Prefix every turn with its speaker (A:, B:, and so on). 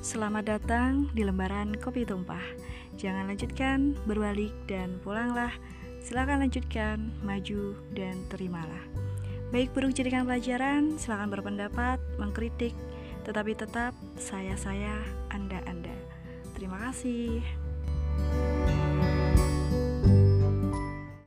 A: Selamat datang di lembaran kopi tumpah. Jangan lanjutkan, berbalik dan pulanglah. Silakan lanjutkan, maju dan terimalah. Baik buruk jadikan pelajaran, silakan berpendapat, mengkritik, tetapi tetap saya, Anda. Terima kasih.